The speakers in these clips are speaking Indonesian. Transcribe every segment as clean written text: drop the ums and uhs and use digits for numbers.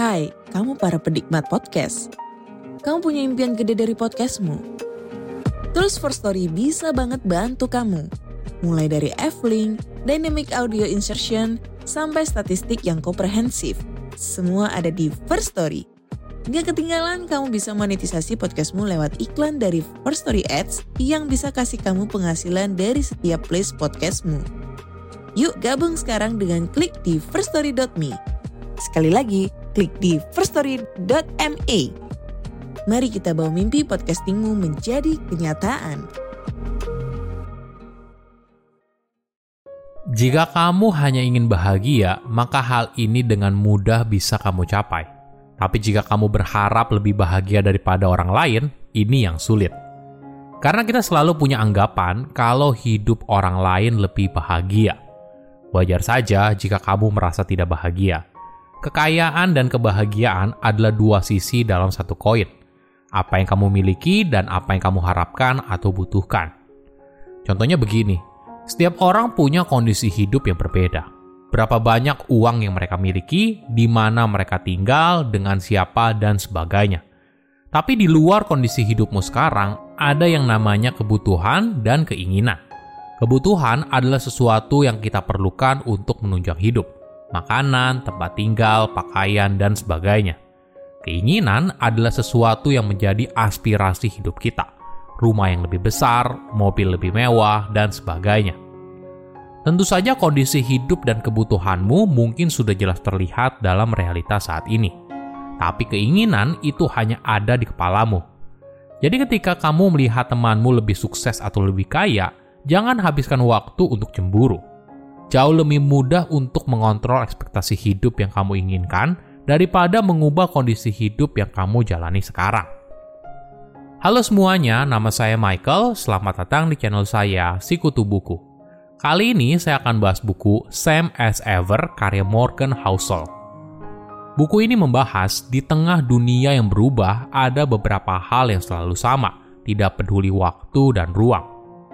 Hai, kamu para penikmat podcast. Kamu punya impian gede dari podcastmu? Tools for Story bisa banget bantu kamu. Mulai dari F-Link, Dynamic Audio Insertion, sampai statistik yang komprehensif. Semua ada di First Story. Gak ketinggalan kamu bisa monetisasi podcastmu lewat iklan dari First Story Ads yang bisa kasih kamu penghasilan dari setiap place podcastmu. Yuk gabung sekarang dengan klik di firststory.me. Sekali lagi, klik di firststory.me. Mari kita bawa mimpi podcastingmu menjadi kenyataan. Jika kamu hanya ingin bahagia, maka hal ini dengan mudah bisa kamu capai. Tapi jika kamu berharap lebih bahagia daripada orang lain, ini yang sulit. Karena kita selalu punya anggapan kalau hidup orang lain lebih bahagia. Wajar saja jika kamu merasa tidak bahagia. Kekayaan dan kebahagiaan adalah dua sisi dalam satu koin. Apa yang kamu miliki dan apa yang kamu harapkan atau butuhkan. Contohnya begini, setiap orang punya kondisi hidup yang berbeda. Berapa banyak uang yang mereka miliki, di mana mereka tinggal, dengan siapa, dan sebagainya. Tapi di luar kondisi hidupmu sekarang, ada yang namanya kebutuhan dan keinginan. Kebutuhan adalah sesuatu yang kita perlukan untuk menunjang hidup. Makanan, tempat tinggal, pakaian, dan sebagainya. Keinginan adalah sesuatu yang menjadi aspirasi hidup kita. Rumah yang lebih besar, mobil lebih mewah, dan sebagainya. Tentu saja kondisi hidup dan kebutuhanmu mungkin sudah jelas terlihat dalam realitas saat ini. Tapi keinginan itu hanya ada di kepalamu. Jadi ketika kamu melihat temanmu lebih sukses atau lebih kaya, jangan habiskan waktu untuk cemburu. Jauh lebih mudah untuk mengontrol ekspektasi hidup yang kamu inginkan daripada mengubah kondisi hidup yang kamu jalani sekarang. Halo semuanya, nama saya Michael. Selamat datang di channel saya, Sikutu Buku. Kali ini saya akan bahas buku Same as Ever karya Morgan Housel. Buku ini membahas di tengah dunia yang berubah ada beberapa hal yang selalu sama, tidak peduli waktu dan ruang.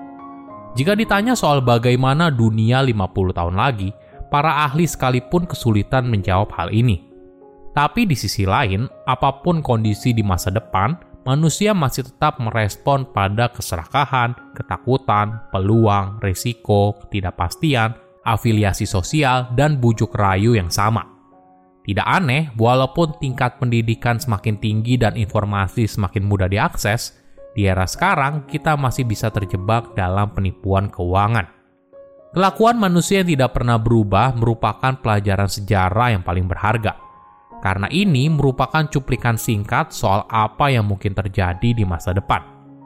Jika ditanya soal bagaimana dunia 50 tahun lagi, para ahli sekalipun kesulitan menjawab hal ini. Tapi di sisi lain, apapun kondisi di masa depan, manusia masih tetap merespon pada keserakahan, ketakutan, peluang, risiko, ketidakpastian, afiliasi sosial, dan bujuk rayu yang sama. Tidak aneh, walaupun tingkat pendidikan semakin tinggi dan informasi semakin mudah diakses, di era sekarang kita masih bisa terjebak dalam penipuan keuangan. Kelakuan manusia yang tidak pernah berubah merupakan pelajaran sejarah yang paling berharga. Karena ini merupakan cuplikan singkat soal apa yang mungkin terjadi di masa depan.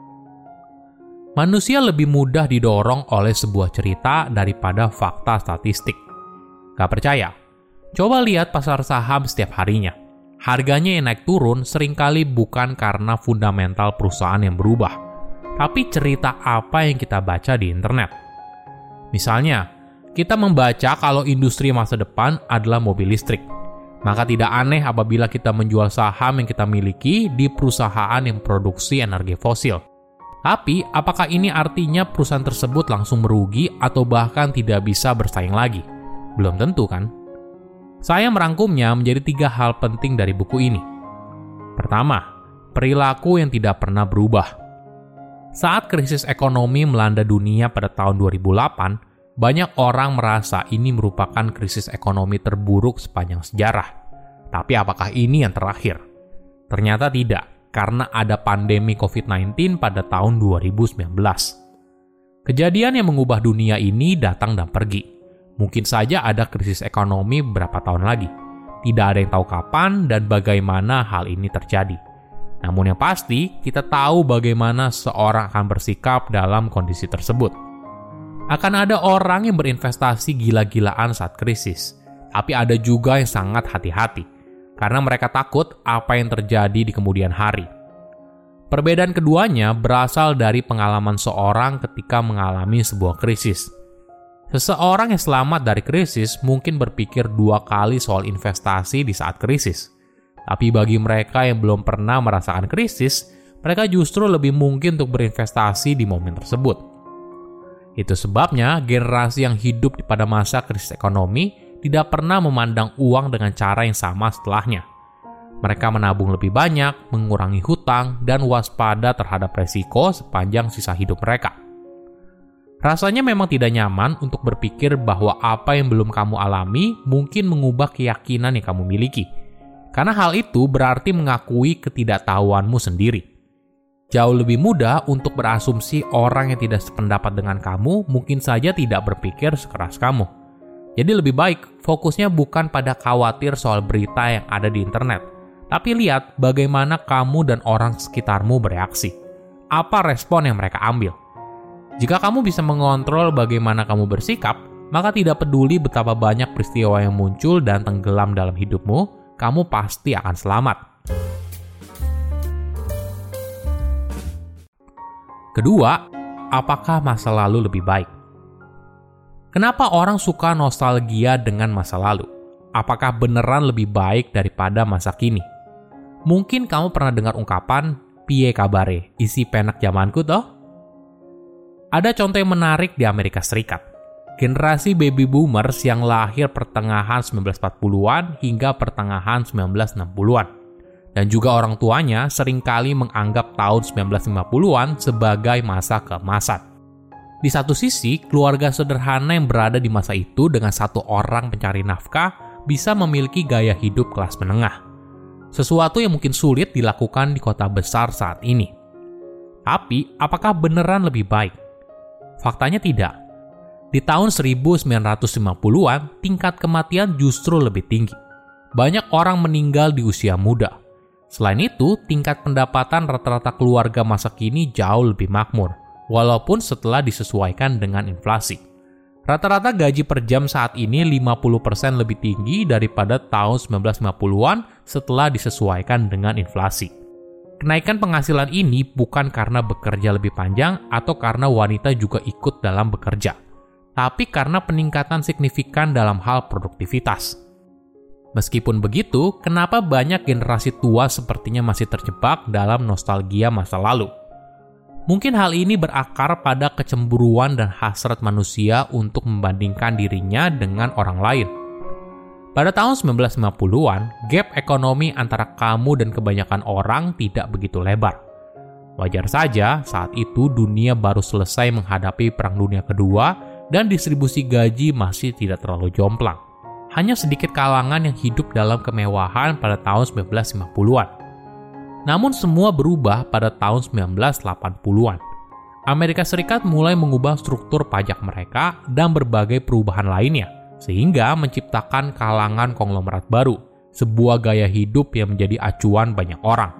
Manusia lebih mudah didorong oleh sebuah cerita daripada fakta statistik. Gak percaya? Coba lihat pasar saham setiap harinya. Harganya yang naik turun seringkali bukan karena fundamental perusahaan yang berubah, tapi cerita apa yang kita baca di internet. Misalnya, kita membaca kalau industri masa depan adalah mobil listrik. Maka tidak aneh apabila kita menjual saham yang kita miliki di perusahaan yang produksi energi fosil. Tapi, apakah ini artinya perusahaan tersebut langsung merugi atau bahkan tidak bisa bersaing lagi? Belum tentu kan? Saya merangkumnya menjadi 3 hal penting dari buku ini. Pertama, perilaku yang tidak pernah berubah. Saat krisis ekonomi melanda dunia pada tahun 2008, banyak orang merasa ini merupakan krisis ekonomi terburuk sepanjang sejarah. Tapi apakah ini yang terakhir? Ternyata tidak, karena ada pandemi COVID-19 pada tahun 2019. Kejadian yang mengubah dunia ini datang dan pergi. Mungkin saja ada krisis ekonomi beberapa tahun lagi. Tidak ada yang tahu kapan dan bagaimana hal ini terjadi. Namun yang pasti, kita tahu bagaimana seorang akan bersikap dalam kondisi tersebut. Akan ada orang yang berinvestasi gila-gilaan saat krisis, tapi ada juga yang sangat hati-hati, karena mereka takut apa yang terjadi di kemudian hari. Perbedaan keduanya berasal dari pengalaman seorang ketika mengalami sebuah krisis. Seseorang yang selamat dari krisis mungkin berpikir 2 kali soal investasi di saat krisis. Tapi bagi mereka yang belum pernah merasakan krisis, mereka justru lebih mungkin untuk berinvestasi di momen tersebut. Itu sebabnya generasi yang hidup pada masa krisis ekonomi tidak pernah memandang uang dengan cara yang sama setelahnya. Mereka menabung lebih banyak, mengurangi hutang, dan waspada terhadap resiko sepanjang sisa hidup mereka. Rasanya memang tidak nyaman untuk berpikir bahwa apa yang belum kamu alami mungkin mengubah keyakinan yang kamu miliki. Karena hal itu berarti mengakui ketidaktahuanmu sendiri. Jauh lebih mudah untuk berasumsi orang yang tidak sependapat dengan kamu mungkin saja tidak berpikir sekeras kamu. Jadi lebih baik fokusnya bukan pada khawatir soal berita yang ada di internet, tapi lihat bagaimana kamu dan orang sekitarmu bereaksi. Apa respon yang mereka ambil? Jika kamu bisa mengontrol bagaimana kamu bersikap, maka tidak peduli betapa banyak peristiwa yang muncul dan tenggelam dalam hidupmu, kamu pasti akan selamat. Kedua, apakah masa lalu lebih baik? Kenapa orang suka nostalgia dengan masa lalu? Apakah beneran lebih baik daripada masa kini? Mungkin kamu pernah dengar ungkapan, piye kabare, isi penak zamanku toh? Ada contoh yang menarik di Amerika Serikat. Generasi baby boomers yang lahir pertengahan 1940-an hingga pertengahan 1960-an. Dan juga orang tuanya seringkali menganggap tahun 1950-an sebagai masa keemasan. Di satu sisi, keluarga sederhana yang berada di masa itu dengan satu orang pencari nafkah bisa memiliki gaya hidup kelas menengah. Sesuatu yang mungkin sulit dilakukan di kota besar saat ini. Tapi, apakah beneran lebih baik? Faktanya tidak. Di tahun 1950-an, tingkat kematian justru lebih tinggi. Banyak orang meninggal di usia muda. Selain itu, tingkat pendapatan rata-rata keluarga masa kini jauh lebih makmur, walaupun setelah disesuaikan dengan inflasi. Rata-rata gaji per jam saat ini 50% lebih tinggi daripada tahun 1950-an setelah disesuaikan dengan inflasi. Kenaikan penghasilan ini bukan karena bekerja lebih panjang atau karena wanita juga ikut dalam bekerja, tapi karena peningkatan signifikan dalam hal produktivitas. Meskipun begitu, kenapa banyak generasi tua sepertinya masih terjebak dalam nostalgia masa lalu? Mungkin hal ini berakar pada kecemburuan dan hasrat manusia untuk membandingkan dirinya dengan orang lain. Pada tahun 1950-an, gap ekonomi antara kamu dan kebanyakan orang tidak begitu lebar. Wajar saja, saat itu dunia baru selesai menghadapi Perang Dunia Kedua dan distribusi gaji masih tidak terlalu jomplang. Hanya sedikit kalangan yang hidup dalam kemewahan pada tahun 1950-an. Namun semua berubah pada tahun 1980-an. Amerika Serikat mulai mengubah struktur pajak mereka dan berbagai perubahan lainnya, sehingga menciptakan kalangan konglomerat baru, sebuah gaya hidup yang menjadi acuan banyak orang.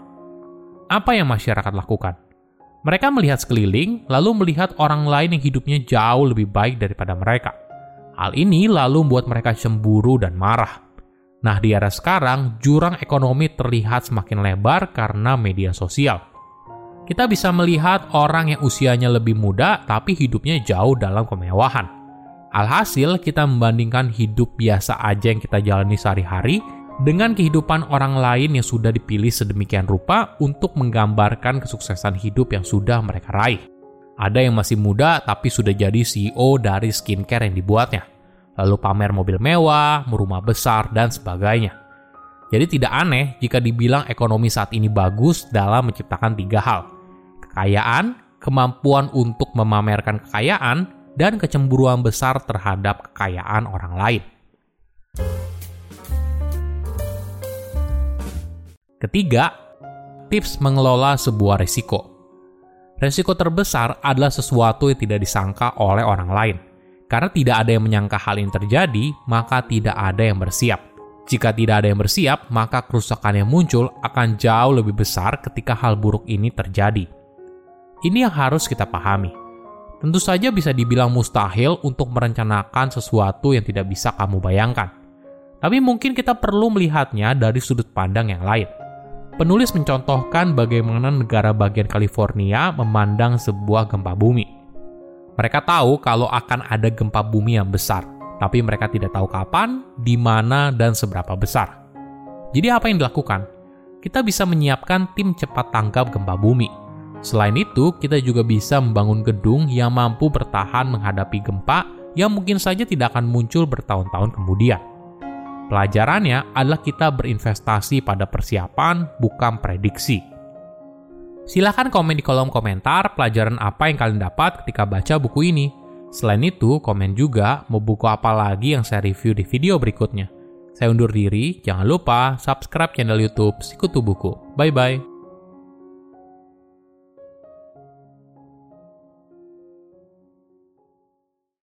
Apa yang masyarakat lakukan? Mereka melihat sekeliling, lalu melihat orang lain yang hidupnya jauh lebih baik daripada mereka. Hal ini lalu membuat mereka cemburu dan marah. Nah, di era sekarang, jurang ekonomi terlihat semakin lebar karena media sosial. Kita bisa melihat orang yang usianya lebih muda tapi hidupnya jauh dalam kemewahan. Alhasil, kita membandingkan hidup biasa aja yang kita jalani sehari-hari dengan kehidupan orang lain yang sudah dipilih sedemikian rupa untuk menggambarkan kesuksesan hidup yang sudah mereka raih. Ada yang masih muda tapi sudah jadi CEO dari skincare yang dibuatnya. Lalu pamer mobil mewah, rumah besar, dan sebagainya. Jadi tidak aneh jika dibilang ekonomi saat ini bagus dalam menciptakan 3 hal. Kekayaan, kemampuan untuk memamerkan kekayaan, dan kecemburuan besar terhadap kekayaan orang lain. Ketiga, tips mengelola sebuah risiko. Risiko terbesar adalah sesuatu yang tidak disangka oleh orang lain. Karena tidak ada yang menyangka hal ini terjadi, maka tidak ada yang bersiap. Jika tidak ada yang bersiap, maka kerusakan yang muncul akan jauh lebih besar ketika hal buruk ini terjadi. Ini yang harus kita pahami. Tentu saja bisa dibilang mustahil untuk merencanakan sesuatu yang tidak bisa kamu bayangkan. Tapi mungkin kita perlu melihatnya dari sudut pandang yang lain. Penulis mencontohkan bagaimana negara bagian California memandang sebuah gempa bumi. Mereka tahu kalau akan ada gempa bumi yang besar, tapi mereka tidak tahu kapan, di mana, dan seberapa besar. Jadi apa yang dilakukan? Kita bisa menyiapkan tim cepat tanggap gempa bumi. Selain itu, kita juga bisa membangun gedung yang mampu bertahan menghadapi gempa yang mungkin saja tidak akan muncul bertahun-tahun kemudian. Pelajarannya adalah kita berinvestasi pada persiapan, bukan prediksi. Silahkan komen di kolom komentar pelajaran apa yang kalian dapat ketika baca buku ini. Selain itu, komen juga mau buku apa lagi yang saya review di video berikutnya. Saya undur diri, jangan lupa subscribe channel YouTube Sikutu Buku. Bye-bye.